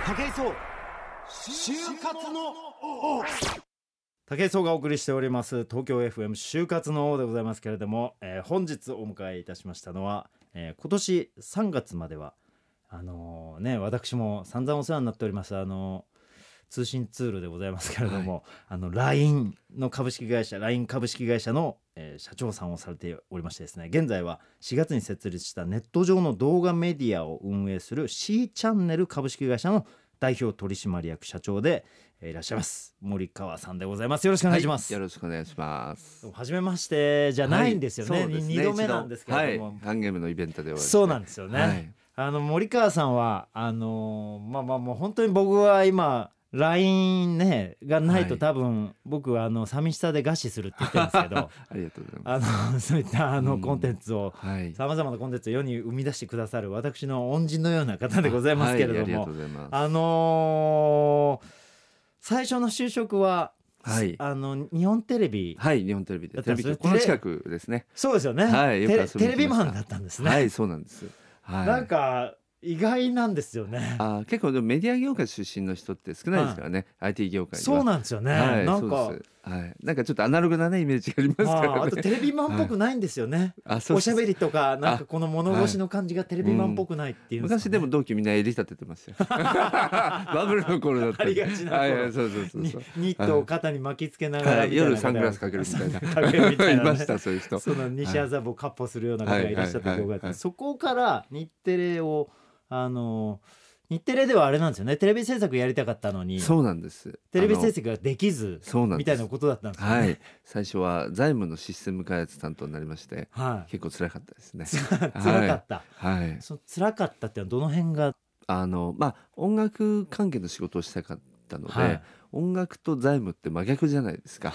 武井壮就活の王。 武井壮がお送りしております東京 FM 就活の王でございますけれども、本日お迎えいたしましたのは、今年3月までは私も散々お世話になっております通信ツールでございますけれども、LINE の株式会社 LINE 株式会社の、社長さんをされておりましてですね、現在は4月に設立したネット上の動画メディアを運営する C チャンネル株式会社の代表取締役社長でいらっしゃいます森川さんでございます。よろしくお願いします。 よろしくお願いします。 初めましてじゃないんですよね、2度目なんですけれども、 ハンゲームのイベントでそうなんですよね、森川さんはもう本当に僕は今LINE ねがないと多分僕は寂しさで餓死するって言ってるんですけどありがとうございます。 そういったコンテンツをさまざまなコンテンツを世に生み出してくださる私の恩人のような方でございますけれども、 ありがとうございます。 最初の就職は日本テレビ、 日本テレビでこの近くですね。 そうですよね、テレビマンだったんですね。 はい、そうなんです、 なんか意外なんですよね。 結構でもメディア業界出身の人って少ないですからね、IT 業界には。 そうなんですよね、なんかなんかちょっとアナログなねイメージがありますからね。 あとテレビマンっぽくないんですよね、おしゃべりとかなんかこの物腰の感じがテレビマンっぽくないっていうんですかね。 昔でも同期みんな襟立ててましたよバブルの頃だったありがちな頃、 そうニットを肩に巻きつけながら夜サングラスかけるみたいな、いましたそういう人。 西麻布をかっ歩するような方がいらっしゃった業界で、そこから日テレを日テレではあれなんですよね、テレビ制作やりたかったのに、 そうなんです、 テレビ制作ができずみたいなことだったんですよね。 最初は財務のシステム開発担当になりまして、結構辛かったですね。 辛かった、辛かったってのはどの辺が音楽関係の仕事をしたかったので、音楽と財務って真逆じゃないですか。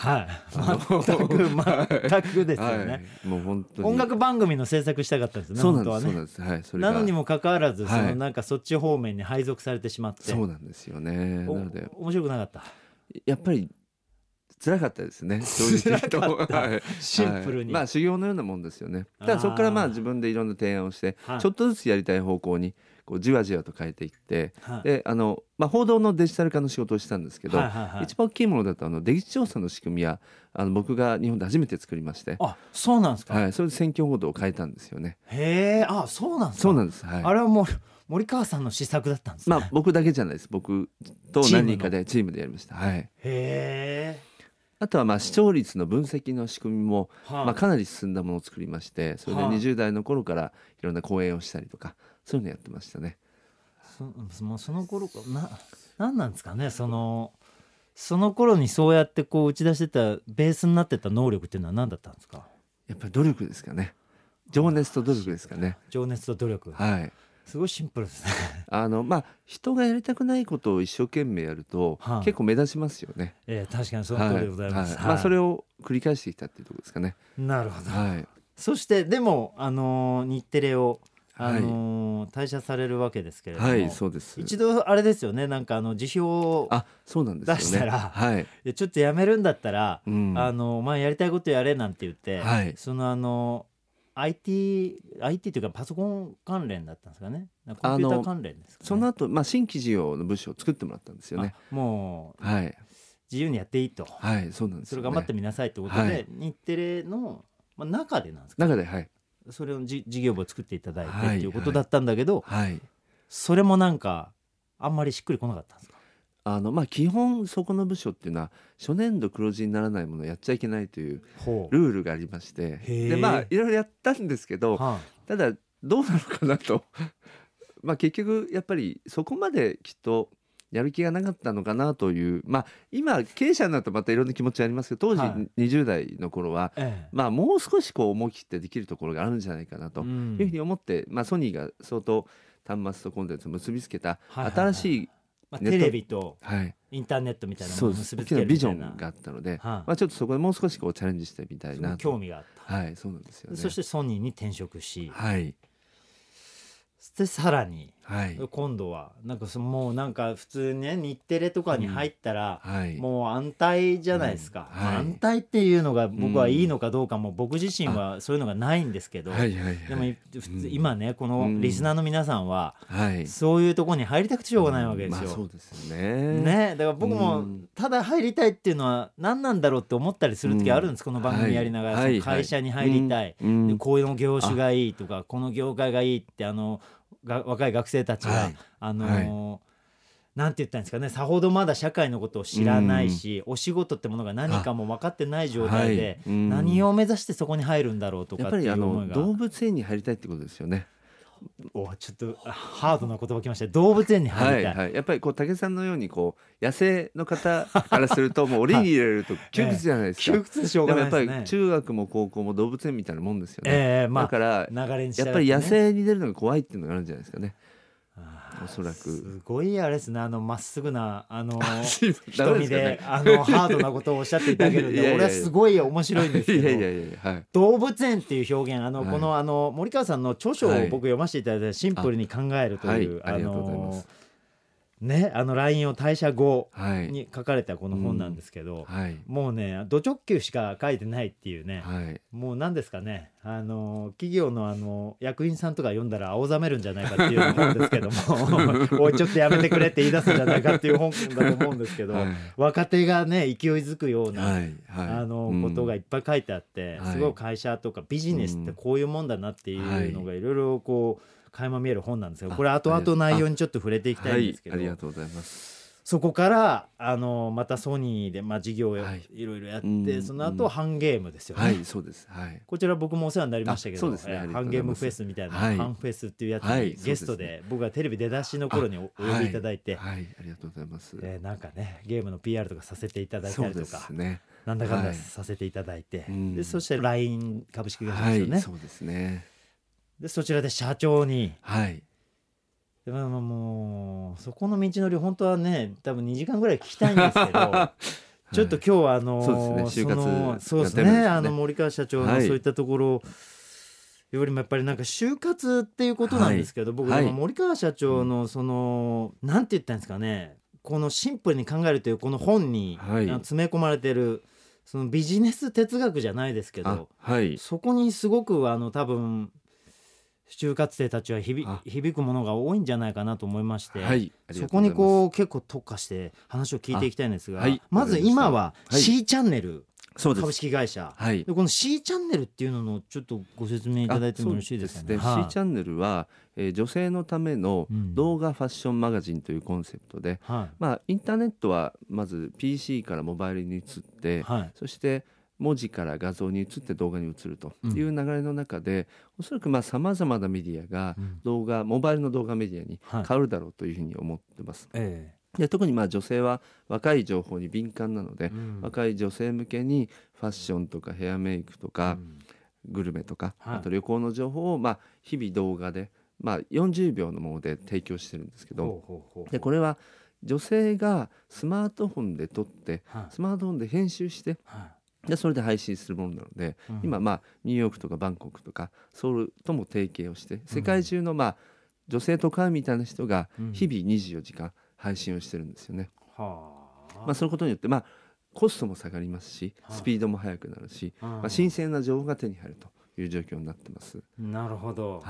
全くですよね。 もう本当に音楽番組の制作したかったんですよね。 そうなんです、それがなのにもかかわらずなんかそっち方面に配属されてしまって。 そうなんですよね。なので面白くなかった。 やっぱり辛かったですね。 辛かった、シンプルに、 修行のようなもんですよね。ただそこから自分でいろんな提案をして、ちょっとずつやりたい方向にこうじわじわと変えていって、で報道のデジタル化の仕事をしたんですけど、一番大きいものだと出口調査の仕組みは僕が日本で初めて作りまして。 そうなんですか。 それで選挙報道を変えたんですよね。 へえ、そうなんですか。 そうなんです、 あれはもう森川さんの施策だったんですね。 僕だけじゃないです。僕と何人かでチームでやりました。へえ。 あとは視聴率の分析の仕組みもかなり進んだものを作りまして、それで20代の頃からいろんな講演をしたりとかそういうのやってましたね。 その頃何なんですかね、その頃にそうやってこう打ち出してたベースになってた能力っていうのは何だったんですか。 やっぱり努力ですかね。情熱と努力ですかね。 情熱と努力、すごいシンプルですね。 人がやりたくないことを一生懸命やると、結構目立ちますよね。 確かにその通りでございます。 それを繰り返してきたっていうところですかね。 なるほど、そしてでも日テレを退社されるわけですけれども、 そうです。 一度あれですよね、なんか辞表を出したら、ちょっとやめるんだったら、お前やりたいことやれなんて言って、IT というかパソコン関連だったんですかね。コンピューター関連ですかね。 その後、新規事業の部署を作ってもらったんですよね。 もう、自由にやっていいと、 そうなんですよね。 それ頑張ってみなさいってことで、日テレの、中でなんですか、 中で、 それを事業部を作っていただいてっていうことだったんだけど、それもなんかあんまりしっくりこなかったんですか。 基本そこの部署っていうのは初年度黒字にならないものをやっちゃいけないというルールがありまして、でいろいろやったんですけど、ただどうなのかなと結局やっぱりそこまできっとやる気がなかったのかなという、今経営者になるとまたいろんな気持ちありますけど、当時20代の頃は、もう少し思い切ってできるところがあるんじゃないかなというふうに思って、ソニーが相当端末とコンテンツを結びつけた新しいテレビとインターネットみたいなものを結びつけるみたいなビジョンがあったので、ちょっとそこでもう少しチャレンジしてみたいなと興味があった。 そうなんですよね。 そしてソニーに転職し、でさらに、 はい、 今度はなんかもうなんか普通ね日テレとかに入ったら、 はい、 もう安泰じゃないですか、 はい、 安泰っていうのが僕はいいのかどうかも僕自身はそういうのがないんですけど、 はいはいはい、 でも普通今ねこのリスナーの皆さんは、 はい、 そういうところに入りたくてしょうがないわけですよ、 そうですよね。 ね、だから僕もただ入りたいっていうのは何なんだろうって思ったりする時あるんです、この番組やりながら、その会社に入りたい、でこういうの業種がいいとかこの業界がいいって若い学生たちが、なんて言ったんですかね、さほどまだ社会のことを知らないし、お仕事ってものが何かも分かってない状態で、何を目指してそこに入るんだろうとかっていう思いが、 動物園に入りたいってことですよね。 ちょっとハードな言葉きました。動物園に入りたい、 はいはい、やっぱり武さんのように野生の方からするともう檻に入れると窮屈じゃないですか、 窮屈でしょうがないですね。 でもやっぱり中学も高校も動物園みたいなもんですよね、だから流れにしちゃうやっぱり野生に出るのが怖いっていうのがあるんじゃないですかね、おそらく。 すごいあれですね、まっすぐな瞳でハードなことをおっしゃっていただけるんで俺はすごい面白いんですけど、動物園っていう表現この森川さんの著書を僕読ませていただいて、シンプルに考えるという、 ありがとうございます。 ね、LINE を退社後に書かれたこの本なんですけど、もうねド直球しか書いてないっていうね、もう何ですかね、企業の役員さんとか読んだら青ざめるんじゃないかっていう本ですけどもおいちょっとやめてくれって言い出すんじゃないかっていう本だと思うんですけど、若手がね勢いづくような、ことがいっぱい書いてあって、すごい会社とかビジネスってこういうもんだなっていうのがいろいろ垣間見える本なんですよ。これ後々内容にちょっと触れていきたいんですけど、 ありがとうございます。 そこからまたソニーで事業をいろいろやって、その後ハンゲームですよね。 そうです、 こちら僕もお世話になりましたけど、ハンゲームフェスみたいな、ハンフェスっていうやつにゲストで僕がテレビ出だしの頃にお呼びいただいて、 ありがとうございます。 なんかねゲームの PR とかさせていただいたりとか、なんだかんださせていただいて、でそして LINE 株式会社ですよね。 そうですね。 でそちらで社長に、でもうそこの道のり本当はね多分2時間ぐらい聞きたいんですけどちょっと今日は就活そうですね、森川社長のそういったところよりもやっぱりなんか就活っていうことなんですけど、僕森川社長のなんて言ったんですかね、このシンプルに考えるというこの本に詰め込まれてるそのビジネス哲学じゃないですけど、そこにすごく多分就活生たちは響くものが多いんじゃないかなと思いまして、そこに結構特化して話を聞いていきたいんですが、まず今は C チャンネル株式会社、でこの C チャンネルっていうののちょっとご説明いただいてもよろしいですかね。 C チャンネルは、女性のための動画ファッションマガジンというコンセプトで、インターネットはまず PC からモバイルに移って、そして文字から画像に移って動画に移るという流れの中で、おそらくさまざまなメディアがモバイルの動画メディアに変わるだろうというふうに思ってます。で特に女性は若い情報に敏感なので、若い女性向けにファッションとかヘアメイクとか、グルメとか、あと旅行の情報を日々動画で、40秒のもので提供してるんですけど、でこれは女性がスマートフォンで撮って、スマートフォンで編集して、でそれで配信するものなので、今ニューヨークとかバンコクとかソウルとも提携をして、世界中の女性特派員みたいな人が日々24時間配信をしてるんですよね。そのことによってコストも下がりますし、スピードも速くなるし、新鮮な情報が手に入るという状況になってます。 なるほど。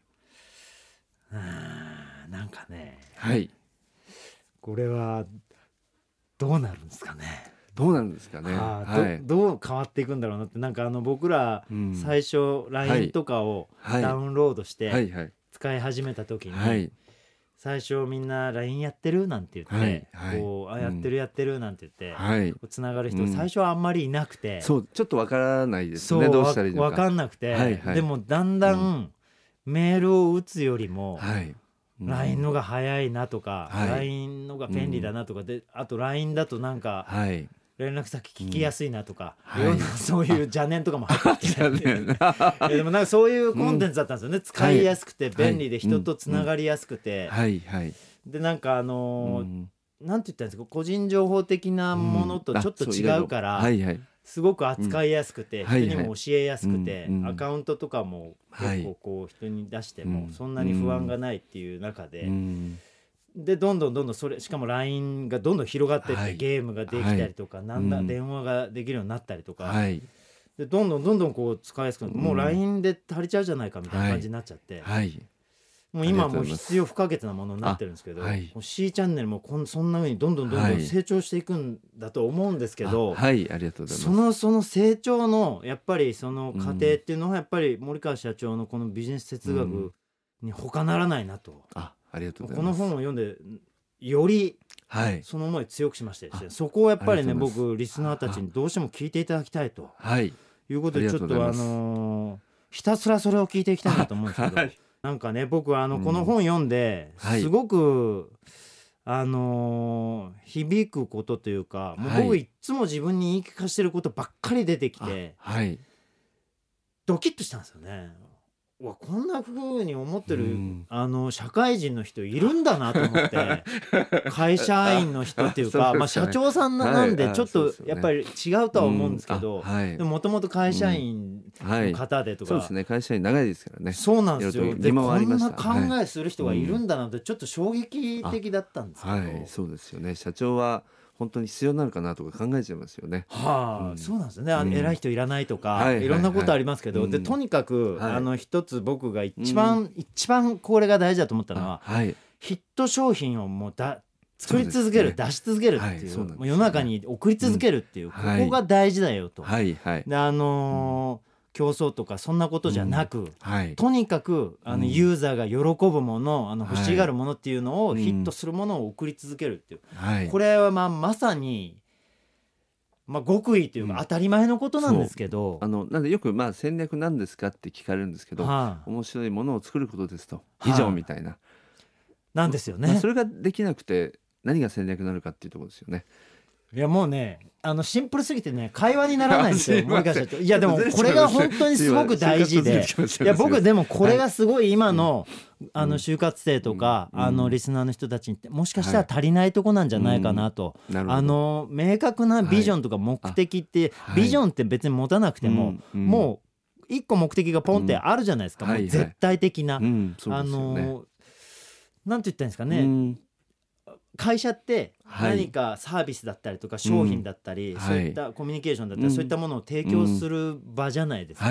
なんかね、これはどうなるんですかね。 どうなるんですかね。 どう変わっていくんだろうなって、なんか僕ら最初 LINE とかをダウンロードして使い始めた時に、最初みんな LINE やってるなんて言って、やってるやってるなんて言ってつながる人、最初はあんまりいなくて、 ちょっとわからないですね、どうしたらいいのかわかんなくて、でもだんだんメールを打つよりもLINE のが早いなとか、LINE のが便利だなとかで、あと LINE だとなんか連絡先聞きやすいなとか、いろんなそういう邪念とかも入ってきてでもなんかそういうコンテンツだったんですよね。使いやすくて便利で人とつながりやすくて、でなんかなんて言ったんですか、個人情報的なものとちょっと違うから、 すごく扱いやすくて、人にも教えやすくて、アカウントとかも結構こう人に出してもそんなに不安がないっていう中で、でどんどんそれしかも LINE がどんどん広がっていって、ゲームができたりとか、なんだ電話ができるようになったりとか、でどんどんこう使いやすくなって、もう LINE で足りちゃうじゃないかみたいな感じになっちゃって、もう今もう必要不可欠なものになってるんですけど、もう C チャンネルもそんな風にどんどん成長していくんだと思うんですけど、 ありがとうございます。 その成長のやっぱりその過程っていうのはやっぱり森川社長のこのビジネス哲学に他ならないなと、 ありがとうございます。 この本を読んでよりその思い強くしましてですね、そこをやっぱりね僕リスナーたちにどうしても聞いていただきたいということで、ちょっとひたすらそれを聞いていきたいなと思うんですけど、なんかね僕この本読んですごく響くことというか、もう僕いつも自分に言い聞かせてることばっかり出てきて、ドキッとしたんですよね。こんな風に思ってる、社会人の人いるんだなと思って会社員の人っていうか、社長さんなんでちょっとやっぱり違うとは思うんですけど、でもともと会社員の方でとか、 そうですね、会社員長いですからね。 そうなんですよ。でこんな考えする人がいるんだなってちょっと衝撃的だったんですけど、 そうですよね。社長は本当に必要なのかなとか考えちゃいますよね。 そうなんですよね。偉い人いらないとか、いろんなことありますけど、でとにかく一つ僕が一番これが大事だと思ったのは、ヒット商品をもう作り続ける、出し続けるっていう、もう世の中に送り続けるっていう、ここが大事だよと。で競争とかそんなことじゃなく、とにかくユーザーが喜ぶもの、欲しがるものっていうのを、ヒットするものを送り続けるっていう、これはまさに極意というか当たり前のことなんですけど、 なんでよく戦略なんですかって聞かれるんですけど、面白いものを作ることですと、以上みたいななんですよね。 それができなくて何が戦略になるかっていうところですよね。 いやもうねシンプルすぎてね会話にならないんですよ森川社長。いやでもこれが本当にすごく大事で、いや僕でもこれがすごい今の就活生とかリスナーの人たちにもしかしたら足りないとこなんじゃないかなと、明確なビジョンとか目的って、ビジョンって別に持たなくてももう一個目的がポンってあるじゃないですか、もう絶対的な、なんて言ったらいいんですかね、会社って何かサービスだったりとか商品だったり、そういったコミュニケーションだったり、そういったものを提供する場じゃないですか。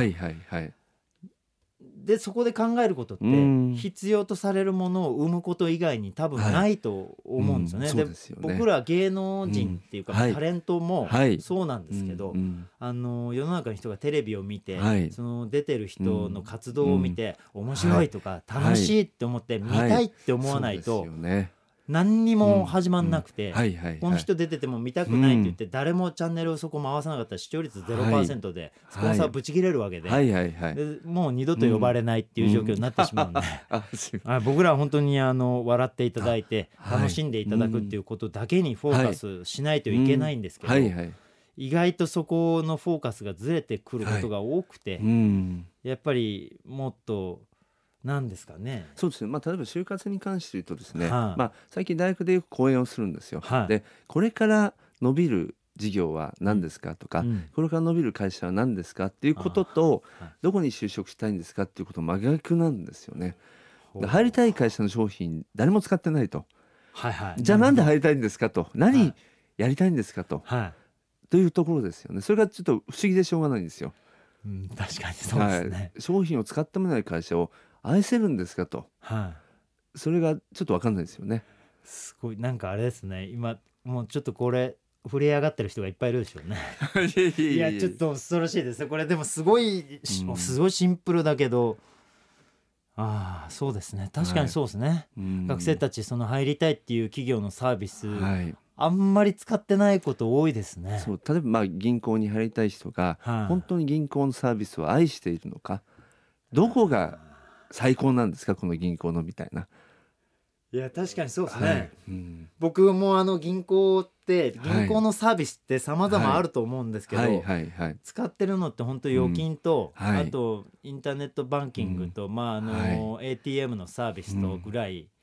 でそこで考えることって必要とされるものを生むこと以外に多分ないと思うんですよね。で僕ら芸能人っていうか、タレントもそうなんですけど、世の中の人がテレビを見て、その出てる人の活動を見て、面白いとか楽しいって思って見たいって思わないと何にも始まんなくて、この人出てても見たくないって言って、誰もチャンネルをそこ回さなかったら視聴率 0% でスポンサーぶち切れるわけで、でもう二度と呼ばれないっていう状況になってしまうんで、僕らは本当に笑っていただいて楽しんでいただくっていうことだけにフォーカスしないといけないんですけど、意外とそこのフォーカスがずれてくることが多くて、やっぱりもっとなんですかね。 そうですね、例えば就活に関して言うとですね、最近大学でよく講演をするんですよ。でこれから伸びる事業は何ですかとか、これから伸びる会社は何ですかっていうことと、どこに就職したいんですかっていうこと真逆なんですよね。入りたい会社の商品誰も使ってないと、じゃあなんで入りたいんですかと、何やりたいんですかと、というところですよね。それがちょっと不思議でしょうがないんですよ。 確かにそうですね。 商品を使ってもない会社を愛せるんですかと、それがちょっと分かんないですよね。 すごいなんかあれですね、今もうちょっとこれ触れ上がってる人がいっぱいいるでしょうね。いやちょっと恐ろしいですねこれ。でもすごいシンプルだけど、そうですね、確かにそうですね。学生たちその入りたいっていう企業のサービス、あんまり使ってないこと多いですね。 そう、例えば銀行に入りたい人が、本当に銀行のサービスを愛しているのか、どこが最高なんですかこの銀行のみたいな。 いや確かにそうですね、僕も銀行って銀行のサービスって様々あると思うんですけど、使ってるのって本当預金と、あとインターネットバンキングと、ATM のサービスとぐらい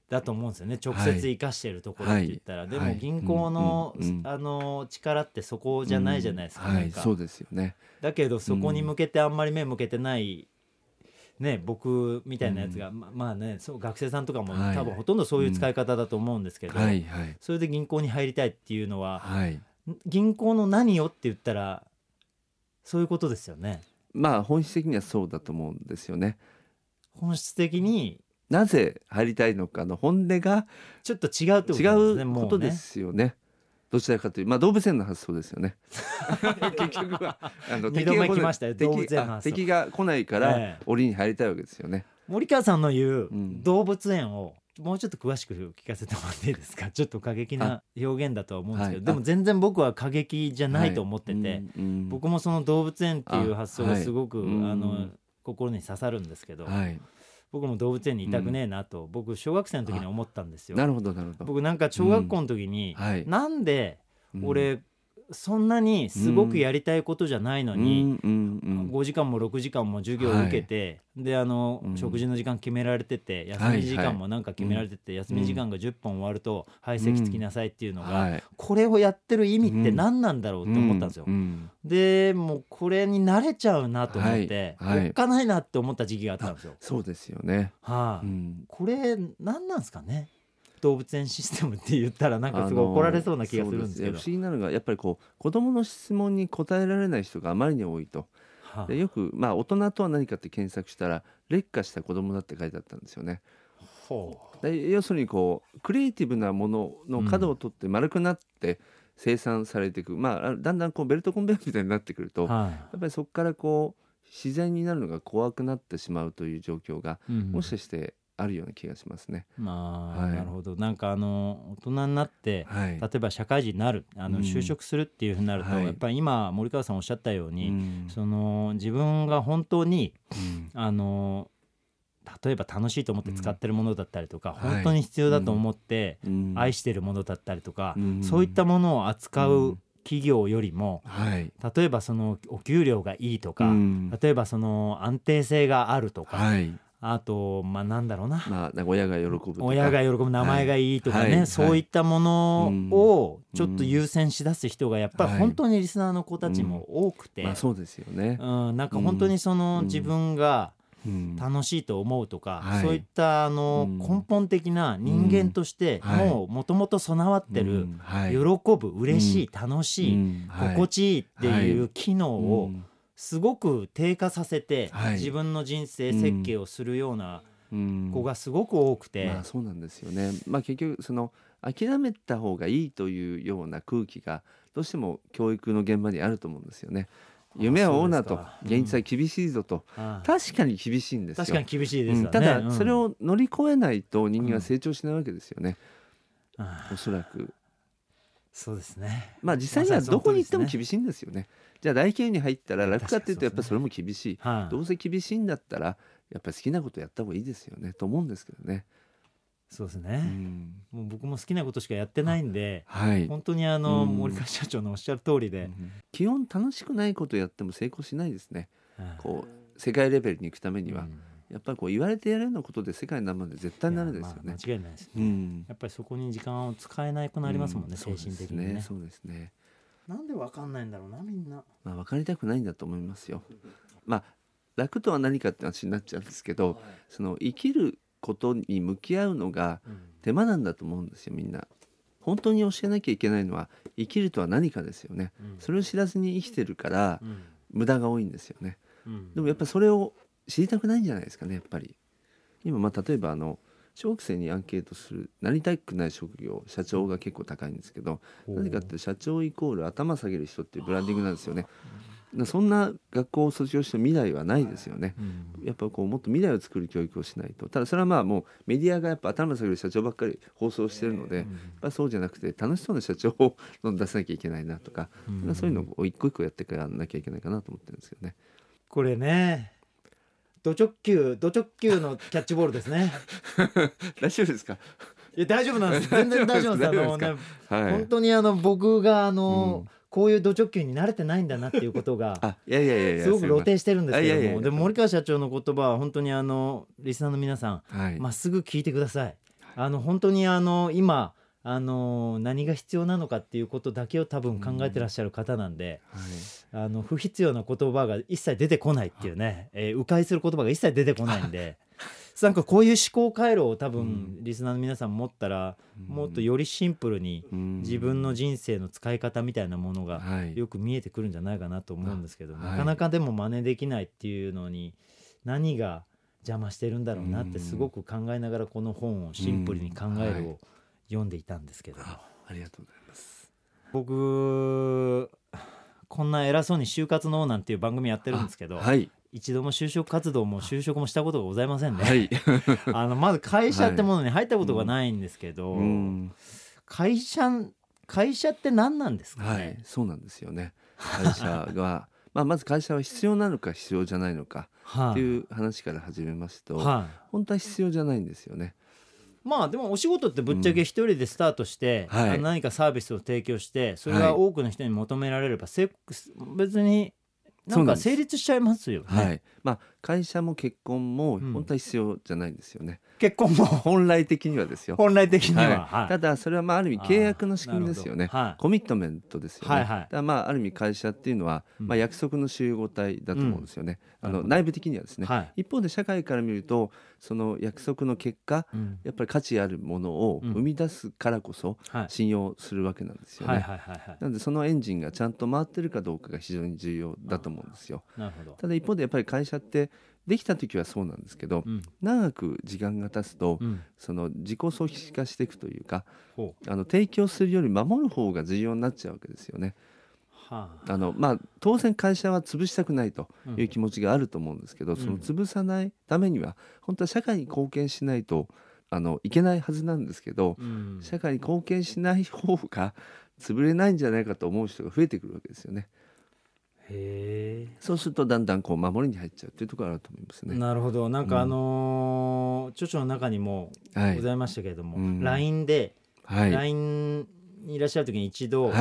だと思うんですよね、直接生かしているところって言ったら、でも銀行の、力ってそこじゃないじゃないですか、なんかそうですよね。 だけどそこに向けてあんまり目向けてないね、僕みたいなやつが、まあね、そう学生さんとかも多分ほとんどそういう使い方だと思うんですけど、それで銀行に入りたいっていうのは、銀行の何をって言ったらそういうことですよね。 まあ本質的にはそうだと思うんですよね。 本質的になぜ入りたいのかの本音がちょっと違うってことですね。 違うことですよね。どちらかというと、動物園の発想ですよね結局は 2度目来ましたよ、動物園の発想。 敵が来ないから檻に入りたいわけですよね。 森川さんの言う動物園をもうちょっと詳しく聞かせてもらっていいですか。ちょっと過激な表現だとは思うんですけど、でも全然僕は過激じゃないと思ってて、僕もその動物園っていう発想がすごく心に刺さるんですけど、僕も動物園にいたくねえなと、僕小学生の時に思ったんですよ。 なるほどなるほど。 僕なんか小学校の時に、なんで俺そんなにすごくやりたいことじゃないのに、5時間も6時間も授業を受けて、で食事の時間決められてて、休み時間もなんか決められてて、休み時間が10分終わると排斥つきなさいっていうのが、これをやってる意味って何なんだろうって思ったんですよ。でもうこれに慣れちゃうなと思って、おっかないなって思った時期があったんですよ。 そうですよね。 これ何なんですかね、動物園システムって言ったらなんかすごい怒られそうな気がするんですけど、 不思議なのがやっぱり子どもの質問に答えられない人があまりに多いと。でよく、大人とは何かって検索したら劣化した子どもだって書いてあったんですよね。で要するにクリエイティブなものの角を取って丸くなって生産されていく、だんだんベルトコンベヤーみたいになってくると、やっぱりそこから自然になるのが怖くなってしまうという状況が、もしかしてあるような気がしますね。 なるほど。なんか大人になって、例えば社会人になる、就職するっていうふうになると、やっぱり今森川さんおっしゃったように、自分が本当に、例えば楽しいと思って使ってるものだったりとか、本当に必要だと思って愛してるものだったりとか、そういったものを扱う企業よりも、例えばそのお給料がいいとか、例えばその安定性があるとか、あとなんだろうな、 親が喜ぶとか、 親が喜ぶ名前がいいとかね、そういったものをちょっと優先しだす人がやっぱり本当にリスナーの子たちも多くて、 そうですよね。 なんか本当にその自分が楽しいと思うとか、そういった根本的な人間としてもともと備わってる喜ぶ、嬉しい、楽しい、心地いいっていう機能をすごく低下させて、自分の人生設計をするような子がすごく多くて、 そうなんですよね。結局諦めた方がいいというような空気がどうしても教育の現場にあると思うんですよね。夢を追うなと、現実は厳しいぞと、確かに厳しいんですよ。 確かに厳しいですよね。 ただそれを乗り越えないと人間は成長しないわけですよね、おそらく。 そうですね。 実際にはどこに行っても厳しいんですよね。じゃあ大企業に入ったら楽かっていうと、やっぱりそれも厳しい、どうせ厳しいんだったらやっぱり好きなことやった方がいいですよねと思うんですけどね。 そうですね、もう僕も好きなことしかやってないんで、本当に森川社長のおっしゃる通りで、 基本楽しくないことやっても成功しないですね。世界レベルに行くためには、やっぱり言われてやるようなことで世界になるまで絶対になるですよね。 間違いないですね、やっぱりそこに時間を使えなくなりますもんね、精神的にね。 そうですね。 なんで分かんないんだろうな、みんな。 分かりたくないんだと思いますよ。楽とは何かって話になっちゃうんですけど、その生きることに向き合うのが手間なんだと思うんですよ、みんな。本当に教えなきゃいけないのは生きるとは何かですよね、それを知らずに生きてるから、無駄が多いんですよね、でもやっぱりそれを知りたくないんじゃないですかね、やっぱり。今例えば小学生にアンケートするなりたくない職業、社長が結構高いんですけど、何かって社長イコール頭下げる人っていうブランディングなんですよね。そんな学校を卒業して未来はないですよね、やっぱもっと未来を作る教育をしないと。ただそれはもうメディアがやっぱ頭下げる社長ばっかり放送してるので、やっぱそうじゃなくて楽しそうな社長を出さなきゃいけないなとか、そういうのを一個一個やっていかなきゃいけないかなと思ってるんですけどね。 これね、ド直球のキャッチボールですね大丈夫ですか？ いや大丈夫なんです、全然大丈夫です本当に僕がこういうド直球に慣れてないんだなっていうことがすごく露呈してるんですけども、でも森川社長の言葉は本当にリスナーの皆さん、まっすぐ聞いてください。 本当に今何が必要なのかっていうことだけを多分考えてらっしゃる方なんで、不必要な言葉が一切出てこないっていうね、迂回する言葉が一切出てこないんでなんかこういう思考回路を多分リスナーの皆さん持ったら、もっとよりシンプルに自分の人生の使い方みたいなものがよく見えてくるんじゃないかなと思うんですけど、なかなかでも真似できないっていうのに何が邪魔してるんだろうなってすごく考えながらこの本をシンプルに考えるを読んでいたんですけども、 ありがとうございます。 僕こんな偉そうに就活のなんていう番組やってるんですけど、一度も就職活動も就職もしたことがございませんね、まず会社ってものに入ったことがないんですけど、会社って何なんですかね。 そうなんですよね。会社がまず会社は必要なのか必要じゃないのかっていう話から始めますと、本当は必要じゃないんですよね。 でもお仕事ってぶっちゃけ一人でスタートして、何かサービスを提供してそれが多くの人に求められれば、別になんか成立しちゃいますよね。 会社も結婚も本当は必要じゃないんですよね。 結婚も本来的にはですよ。 本来的には、 ただそれはある意味契約の仕組みですよね。コミットメントですよね。だからある意味会社っていうのは約束の集合体だと思うんですよね。内部的にはですね。一方で社会から見るとその約束の結果、やっぱり価値あるものを生み出すからこそ信用するわけなんですよね。なのでそのエンジンがちゃんと回ってるかどうかが非常に重要だと思うんですよ。ただ一方でやっぱり会社ってできた時はそうなんですけど、長く時間が経つと、その自己組織化していくというか、提供するより守る方が重要になっちゃうわけですよね。当然会社は潰したくないという気持ちがあると思うんですけど、その潰さないためには本当は社会に貢献しないといけないはずなんですけど、社会に貢献しない方が潰れないんじゃないかと思う人が増えてくるわけですよね。そうするとだんだん守りに入っちゃうというところがあると思いますね。 なるほど。なんか著書の中にもございましたけれども、LINE で、LINE にいらっしゃる時に一度、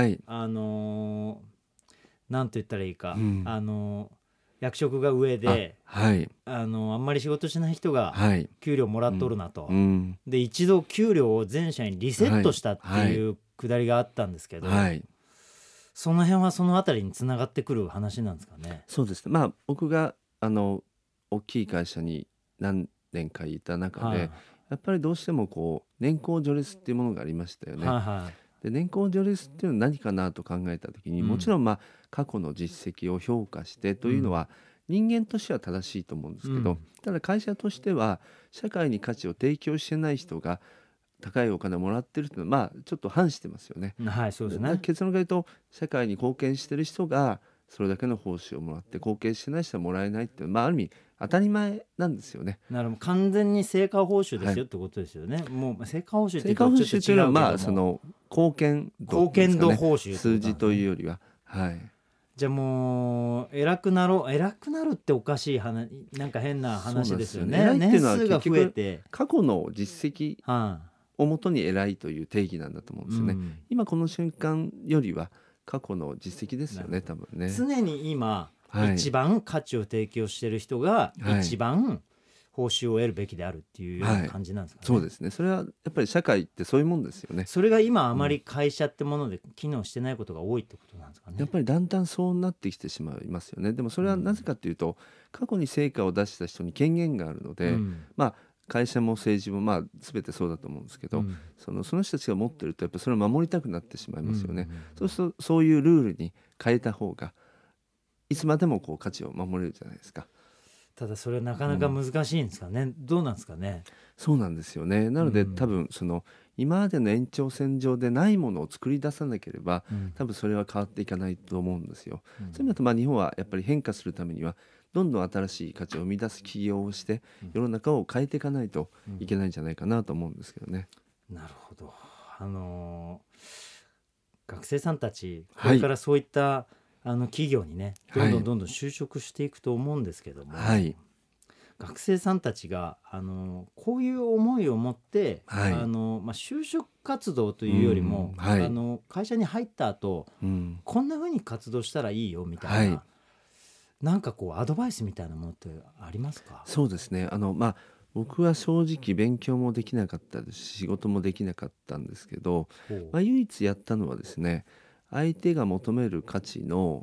なんと言ったらいいか、役職が上で、あんまり仕事しない人が給料もらっとるなと、で一度給料を全社にリセットしたっていうくだりがあったんですけど、その辺はそのあたりにつながってくる話なんですかね。 そうですね。僕が大きい会社に何年かいた中で、やっぱりどうしても年功序列っていうものがありましたよね。で年功序列っていうのは何かなと考えた時に、もちろん過去の実績を評価してというのは人間としては正しいと思うんですけど、ただ会社としては社会に価値を提供してない人が高いお金をもらってるっていうのはちょっと反してますよね。 そうですね。 結論から言うと社会に貢献してる人がそれだけの報酬をもらって貢献してない人はもらえないっていうのは、ある意味当たり前なんですよね。 なるほど。完全に成果報酬ですよってことですよね。もう成果報酬っていうとちょっと違うけども、 成果報酬というのはその貢献度ですかね、 貢献度報酬、 数字というよりは、 じゃあもう偉くなるっておかしい話、なんか変な話ですよね。年数が増えて過去の実績をもとに偉いという定義なんだと思うんですよね。今この瞬間よりは過去の実績ですよね、多分ね。 常に今、一番価値を提供している人が一番報酬を得るべきであるっていうような感じなんですかね。 そうですね。それはやっぱり社会ってそういうもんですよね。 それが今あまり会社ってもので機能してないことが多いってことなんですかね。 やっぱりだんだんそうなってきてしまいますよね。でもそれはなぜかというと、過去に成果を出した人に権限があるので、会社も政治も全てそうだと思うんですけど、その人たちが持ってるとやっぱそれを守りたくなってしまいますよね。そうするとそういうルールに変えた方がいつまでも価値を守れるじゃないですか。 ただそれはなかなか難しいんですかね。どうなんですかね。 そうなんですよね。なので多分今までの延長線上でないものを作り出さなければ、多分それは変わっていかないと思うんですよ。そういう意味だと日本はやっぱり変化するためにはどんどん新しい価値を生み出す企業をして世の中を変えていかないといけないんじゃないかなと思うんですけどね。 なるほど。学生さんたちこれからそういった、企業にねどんどん就職していくと思うんですけども、学生さんたちがこういう思いを持って、就職活動というよりも、会社に入った後、こんな風に活動したらいいよみたいな、なんかアドバイスみたいなものってありますか？ そうですね。 僕は正直勉強もできなかったですし仕事もできなかったんですけど、唯一やったのはですね、相手が求める価値の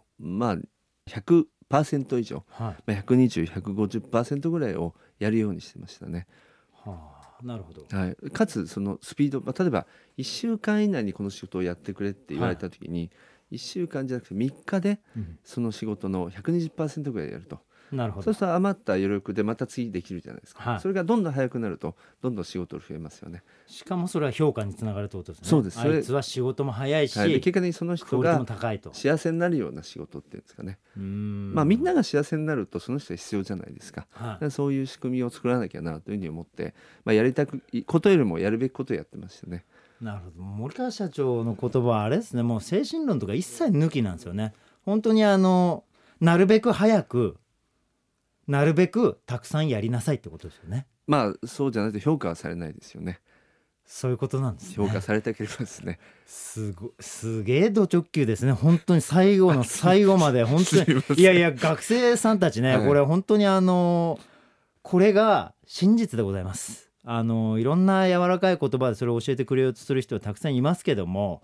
100% 以上、120、150% ぐらいをやるようにしてましたね。 なるほど。 かつそのスピード、例えば1週間以内にこの仕事をやってくれって言われた時に、1週間じゃなくて3日でその仕事の 120% ぐらいやると。 なるほど。 そうすると余った余力でまた次できるじゃないですか、それがどんどん早くなるとどんどん仕事が増えますよね。 しかもそれは評価につながるってことですね。 そうです。 あいつは仕事も早いし、 で結果的にその人が幸せになるような仕事っていうんですかね。みんなが幸せになるとその人は必要じゃないですか。そういう仕組みを作らなきゃなというふうに思って、やりたくことよりもやるべきことをやってましたね。 なるほど。森川社長の言葉はあれですね、もう精神論とか一切抜きなんですよね。本当になるべく早くなるべくたくさんやりなさいってことですよね。 そうじゃないと評価はされないですよね。 そういうことなんですね。 評価されたければですね。 すげえド直球ですね。本当に最後の最後まで本当にいや学生さんたちね、これ本当にこれが真実でございます。いろんな柔らかい言葉でそれを教えてくれようとする人はたくさんいますけども、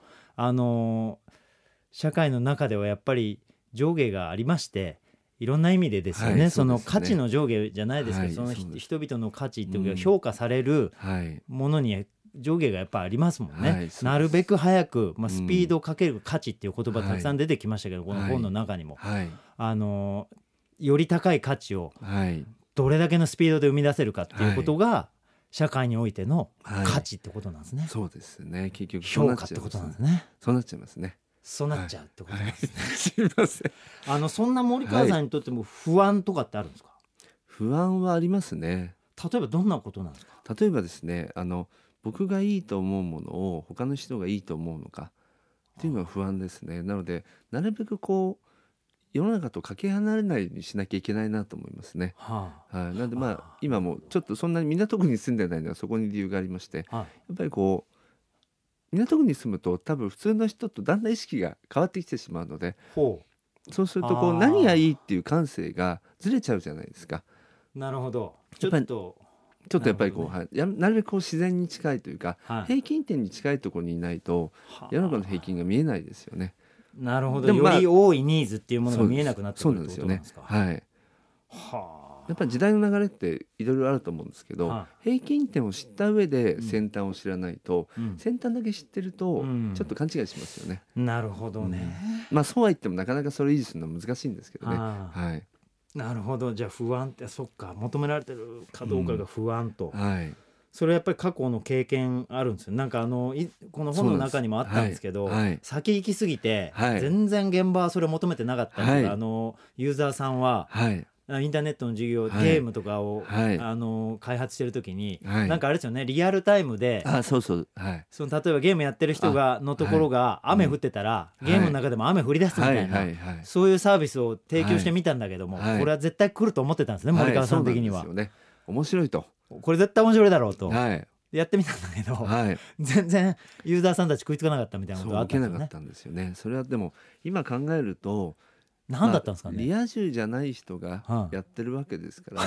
社会の中ではやっぱり上下がありまして、いろんな意味でですよね、その価値の上下じゃないですけど、その人々の価値っていうか評価されるものに上下がやっぱありますもんね。なるべく早く、スピードかける価値っていう言葉たくさん出てきましたけど、この本の中にも、より高い価値をどれだけのスピードで生み出せるかっていうことが社会においての価値ってことなんですね。 そうですね。結局評価ってことなんですね。 そうなっちゃいますね。 そうなっちゃうってことなんですね。 すいません。 そんな森川さんにとっても不安とかってあるんですか？ 不安はありますね。 例えばどんなことなんですか？ 例えばですね、僕がいいと思うものを他の人がいいと思うのかっていうのは不安ですね。なのでなるべく世の中とかけ離れないようにしなきゃいけないなと思いますね。なので今もちょっとそんなに港区に住んでないのはそこに理由がありまして、やっぱり港区に住むと多分普通の人とだんだん意識が変わってきてしまうので、そうすると何がいいっていう感性がずれちゃうじゃないですか。 なるほど。ちょっとやっぱりなるべく自然に近いというか、平均点に近いところにいないと世の中の平均が見えないですよね。 なるほど。より多いニーズっていうものが見えなくなってくるってことなんですか？やっぱり時代の流れっていろいろあると思うんですけど、平均点を知った上で先端を知らないと、先端だけ知ってるとちょっと勘違いしますよね。 なるほどね。 そうは言ってもなかなかそれ維持するのは難しいんですけどね。 なるほど。じゃあ不安って、そっか、求められてるかどうかが不安と、それはやっぱり過去の経験あるんですよ。なんかこの本の中にもあったんですけど、先行き過ぎて、全然現場はそれを求めてなかったりとか、ユーザーさんは、インターネットの授業、ゲームとかを、開発してる時に、なんかあれですよね、リアルタイムで、例えばゲームやってる人のところが雨降ってたら、ゲームの中でも雨降り出すみたいな、そういうサービスを提供してみたんだけども、これは絶対来ると思ってたんですね、森川さん的には。 面白いと、 これ絶対面白いだろうと、やってみたんだけど、全然ユーザーさんたち食いつかなかったみたいなことがあったんですよね。 受けなかったんですよね。それはでも今考えると何だったんですかね。 リア充じゃない人がやってるわけですから、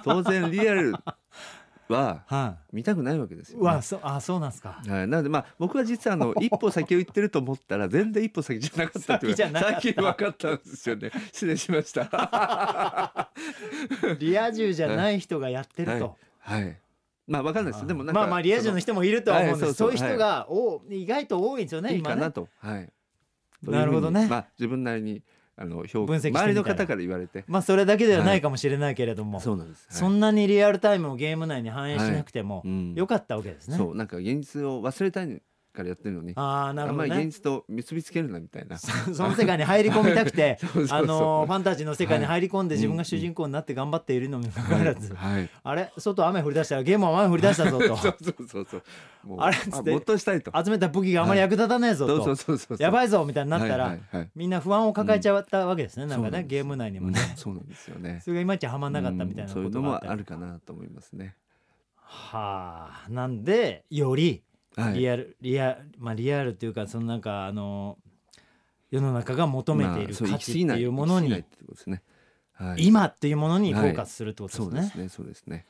当然リアルは見たくないわけですよね。 そうなんですか。 なので僕は実は一歩先を行ってると思ったら全然一歩先じゃなかったっていうのが最近分かったんですよね。失礼しましたリア充じゃない人がやってると、 分かんないです。でもリア充の人もいるとは思うんです。そういう人が意外と多いんですよね、今ね。 いいかなと。 なるほどね。 自分なりに分析してみたいな、 周りの方から言われて、 それだけではないかもしれないけれども、 そうなんです。 そんなにリアルタイムをゲーム内に反映しなくてもよかったわけですね。 なんか現実を忘れたいからやってるのに、あんまり現実と結びつけるなみたいなその世界に入り込みたくてファンタジーの世界に入り込んで自分が主人公になって頑張っているのにもかかわらず、あれ外雨降り出したらゲームは雨降り出したぞとあれっつって没頭したいと、 集めた武器があまり役立たねえぞと、やばいぞみたいになったらみんな不安を抱えちゃったわけですね。なんかね、ゲーム内にもね。 そうなんですよね。 それがいまいちはまんなかったみたいなことがあったり、 そういうのもあるかなと思いますね。 なんでよりリアルっていうか、そのなんか世の中が求めている価値っていうものに、今っていうものにフォーカスするってことですね。 そうですね。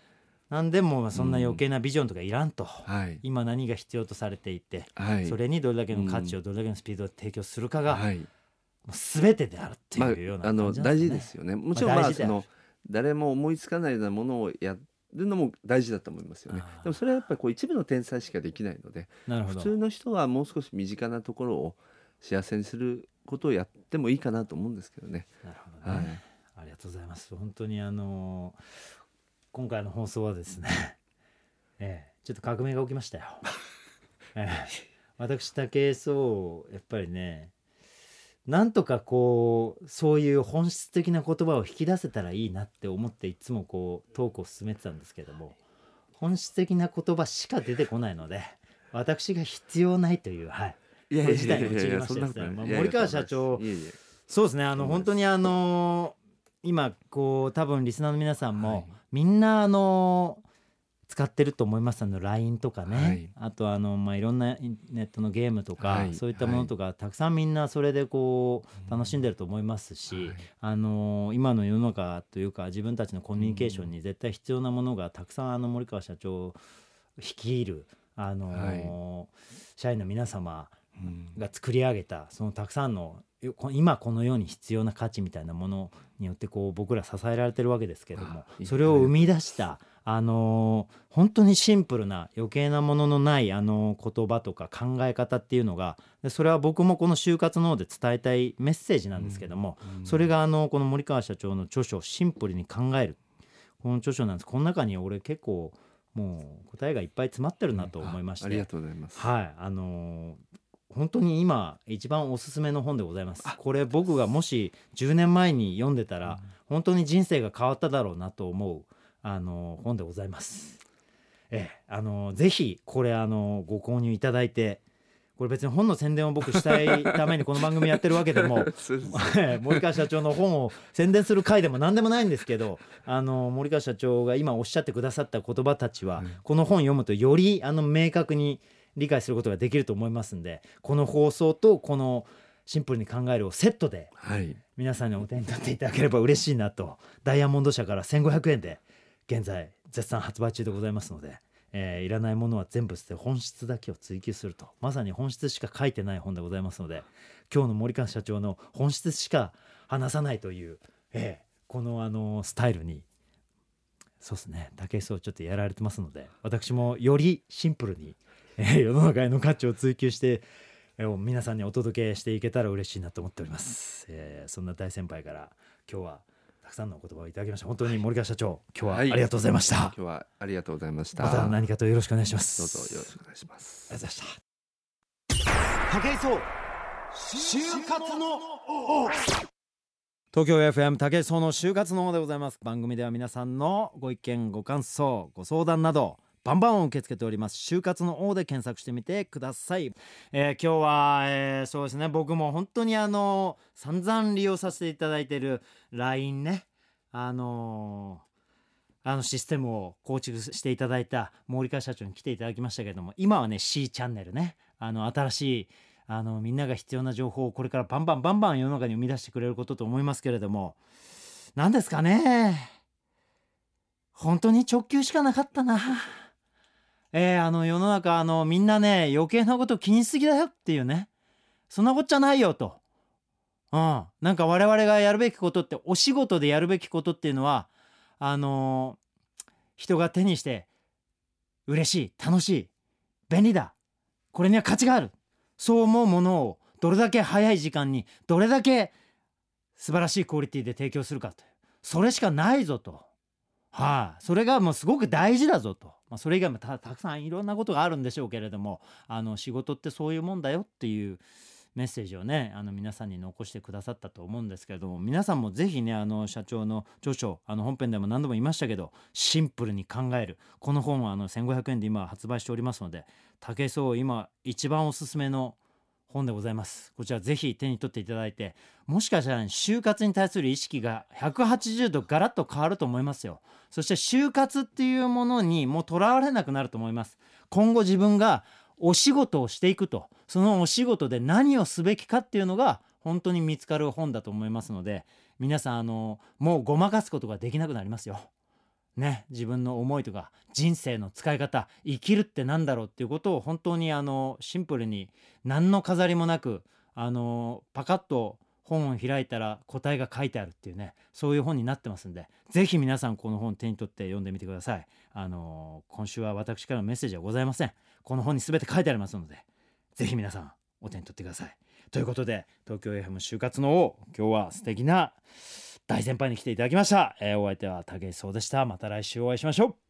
何でもそんな余計なビジョンとかいらんと、 はい、 今何が必要とされていて、 はい、 それにどれだけの価値をどれだけのスピードで提供するかが、 はい、 もう全てであるっていうような感じなんですね。 大事ですよね。もちろんその誰も思いつかないようなものをやるのも大事だと思いますよね。でもそれはやっぱりこう一部の天才しかできないので、普通の人はもう少し身近なところを幸せにすることをやってもいいかなと思うんですけどね。 なるほどね、はい、ありがとうございます。本当に今回の放送はですね、ちょっと革命が起きましたよ。私武井壮やっぱりね、なんとかこうそういう本質的な言葉を引き出せたらいいなって思っていつもこうトークを進めてたんですけども、本質的な言葉しか出てこないので私が必要ないという、はい、 いやいやいやいや事態に陥りましてですね、森川社長、そうですね、本当に今こう多分リスナーの皆さんも、みんな使ってると思います。LINE とかね、あといろんなネットのゲームとか、そういったものとか、たくさんみんなそれでこう楽しんでると思いますし、今の世の中というか自分たちのコミュニケーションに絶対必要なものがたくさん森川社長率いる社員の皆様が作り上げたそのたくさんの今この世に必要な価値みたいなものによってこう僕ら支えられてるわけですけども、それを生み出した本当にシンプルな余計なもののない言葉とか考え方っていうのが、それは僕もこの就活の方で伝えたいメッセージなんですけども、それがこの森川社長の著書シンプルに考えるこの著書なんです。この中に俺結構もう答えがいっぱい詰まってるなと思いまして、 ありがとうございます。 はい、本当に今一番おすすめの本でございます。これ僕がもし10年前に読んでたら、本当に人生が変わっただろうなと思う本でございます。ぜひこれご購入いただいて、これ別に本の宣伝を僕したいためにこの番組やってるわけでも森川社長の本を宣伝する回でも何でもないんですけど、森川社長が今おっしゃってくださった言葉たちは、この本読むとより明確に理解することができると思いますんで、この放送とこのシンプルに考えるをセットで皆さんにお手に取っていただければ嬉しいなと。ダイヤモンド社から1500円で現在絶賛発売中でございますので、いらないものは全部捨て本質だけを追求すると、まさに本質しか書いてない本でございますので、今日の森川社長の本質しか話さないという、このスタイルにそうですね、武井壮ちょっとやられてますので、私もよりシンプルに世の中への価値を追求して皆さんにお届けしていけたら嬉しいなと思っております。そんな大先輩から今日はたくさんの言葉をいただきました。本当に森川社長、今日はありがとうございました。 今日はありがとうございました。 また何かとよろしくお願いします。 どうぞよろしくお願いします。 ありがとうございました。 武井壮就活の王。 東京 FM 武井壮の就活の王でございます。番組では皆さんのご意見ご感想ご相談などバンバン受け付けております。就活の王で検索してみてください。今日は、そうですね、僕も本当に散々利用させていただいている LINE ね、システムを構築していただいた森川社長に来ていただきましたけれども、今はね C チャンネルね、新しいみんなが必要な情報をこれからバンバン世の中に生み出してくれることと思いますけれども、何ですかね、本当に直球しかなかったな。世の中みんなね余計なこと気にしすぎだよっていうね、そんなこっちゃないよと、なんか我々がやるべきことって、お仕事でやるべきことっていうのは人が手にして嬉しい、楽しい、便利だ、これには価値がある、そう思うものをどれだけ早い時間にどれだけ素晴らしいクオリティで提供するかという、それしかないぞと、それがもうすごく大事だぞと、それ以外もたくさんいろんなことがあるんでしょうけれども、仕事ってそういうもんだよっていうメッセージをね皆さんに残してくださったと思うんですけれども、皆さんもぜひね社長の著書本編でも何度も言いましたけど、シンプルに考えるこの本は1500円で今発売しておりますので、武井壮今一番おすすめの本でございます。こちらぜひ手に取っていただいて、もしかしたら、就活に対する意識が180度ガラッと変わると思いますよ。そして就活っていうものにもうとらわれなくなると思います。今後自分がお仕事をしていくと、そのお仕事で何をすべきかっていうのが本当に見つかる本だと思いますので、皆さんもうごまかすことができなくなりますよね、自分の思いとか人生の使い方、生きるってなんだろうっていうことを本当にシンプルに何の飾りもなくパカッと本を開いたら答えが書いてあるっていうね、そういう本になってますんで、ぜひ皆さんこの本手に取って読んでみてください。今週は私からのメッセージはございません。この本に全て書いてありますので、ぜひ皆さんお手に取ってください。ということで、東京 FM 就活の王、今日は素敵な大先輩に来ていただきました。お相手は武井壮でした。また来週お会いしましょう。